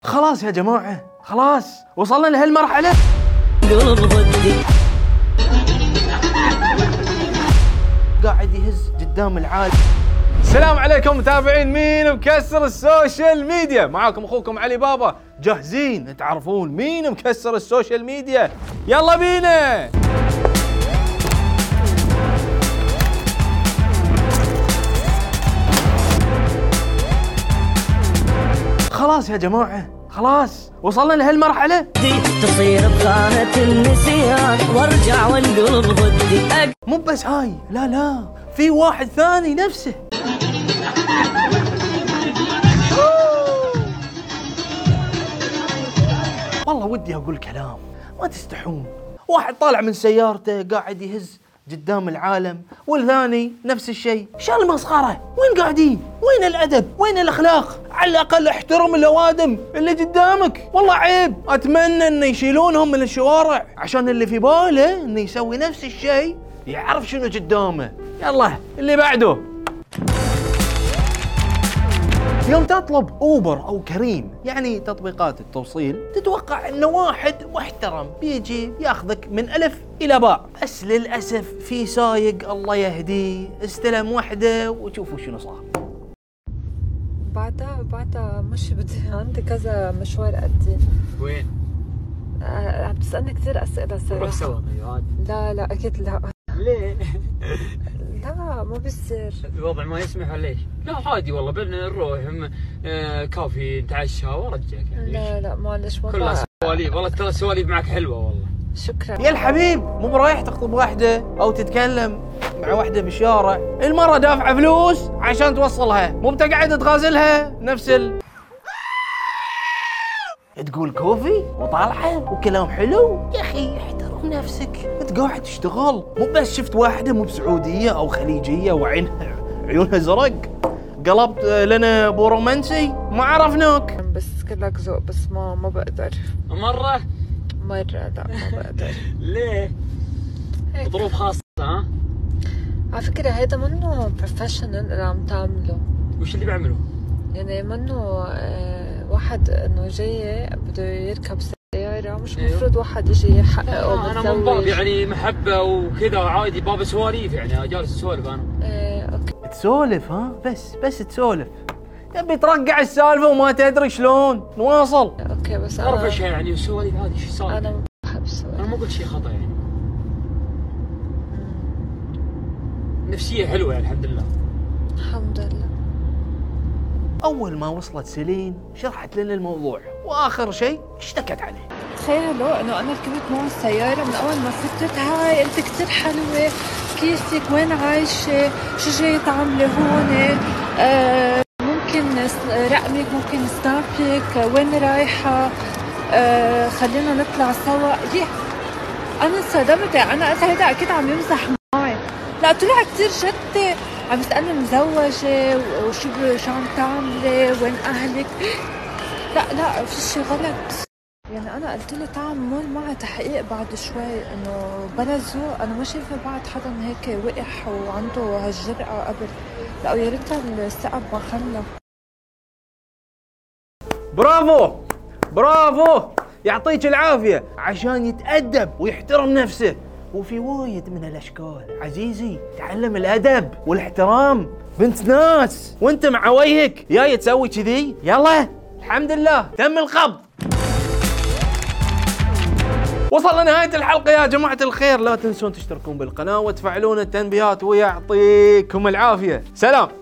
خلاص يا جماعة، خلاص وصلنا لهالمرحلة. قلب ضدي قاعد يهز قدام العالم. السلام عليكم متابعين مين مكسر السوشيال ميديا، معاكم اخوكم علي بابا. جاهزين تعرفون مين مكسر السوشيال ميديا؟ يلا بينا. خلاص يا جماعة، خلاص وصلنا لهالمرحلة. تصير بخانة النسيان وارجع والقلب ضدي. مو بس هاي، لا في واحد ثاني نفسه. والله ودي اقول كلام ما تستحون. واحد طالع من سيارته قاعد يهز قدام العالم، والثاني نفس الشيء. شو المسخرة؟ وين قاعدين؟ وين الأدب؟ وين الأخلاق؟ على الأقل احترم الأوادم اللي قدامك. والله عيب. أتمنى إنه يشيلونهم من الشوارع، عشان اللي في باله إنه يسوي نفس الشيء يعرف شنو قدامه. يلا اللي بعده. يوم تطلب اوبر او كريم، يعني تطبيقات التوصيل، تتوقع انه واحد محترم بيجي ياخذك من الف الى باء، بس للاسف في سايق الله يهديه استلم وحده وشوفوا شنو صار. بعدها مش بدي عندي كذا مشوار أدي. وين؟ عم تسألني كثير أسئلة صراحة. نروح سوا عادي. لا أكيد لا. ليه؟ لا ما بيصير. الوضع ما يسمح ولا ايش؟ لا عادي والله، بدنا نروح كافي نتعشى وارجعك يعني. لا معلش ما كلها سواليف، والله ترى السواليف معك حلوه والله. شكرا يا الحبيب، مو برايح تخطب واحده او تتكلم مع واحده بالشارع، المره دافعه فلوس عشان توصلها، مو بتقعد تغازلها نفس تقول كوفي وطالعه وكلام حلو. يا اخي احترم نفسك، انت قاعد تشتغل. مو بس شفت واحده مو بسعوديه او خليجيه وعينها عيونها زرق قلبت لنا بورومنسي، ما عرفناك. بس كلك ذوق، بس ما بقدر مره لا ما بقدر. ليه؟ ظروف خاصه ها؟ على فكرة هيدا منه بروفيشنال اللي عم تعمله. وش اللي بعمله؟ يعني منه واحد انه جاي بده يركب سيارة، مش المفروض واحد يجي يحققه. انا من باب يعني محبة وكذا عادي، باب سواليف يعني، جالس اسولف انا. اوكي تسولف ها؟ بس تسولف. تبي ترقع السالفة وما تدري شلون نواصل. اوكي بس اعرف ايش يعني السواليف هذه، ايش صار؟ انا ما بحب السوالف. انا ما قلت شيء خطأ يعني. نفسية حلوة يعني الحمد لله. الحمد لله. أول ما وصلت سيلين شرحت لنا الموضوع، وآخر شيء اشتكت عليه. تخيلوا إنه أنا ركبت معه السيارة، من أول ما فتت هاي قلت كتير حلوة، كيفك، وين عايشة، شو جاي تعملي هون، ممكن رقمك، ممكن سنابك، وين رايحة، خلينا نطلع سوا. أنا انصدمت، أنا قلت هيدا أكيد عم يمزح معي. لا طلع كتير جدي، عم يسألني مزوجة وشو عم تعملي، وين أهلك. لا في شي غلط. يعني أنا قلت له تعال مول معي تحقيق بعد شوي، إنه بلا ذوق. أنا ما شايفة بعد حدا هيك وقح وعنده هالجرأة قبل. لا ويا ريتها الثقب ما خلى. برافو يعطيك العافية، عشان يتأدب ويحترم نفسه. وفي وايد من الاشكال عزيزي، تعلم الادب والاحترام. بنت ناس وانت مع وجهك جاي تسوي كذي. يلا الحمد لله تم القبض. وصلنا نهاية الحلقة يا جماعة الخير. لا تنسون تشتركون بالقناة وتفعلون التنبيهات، ويعطيكم العافية. سلام.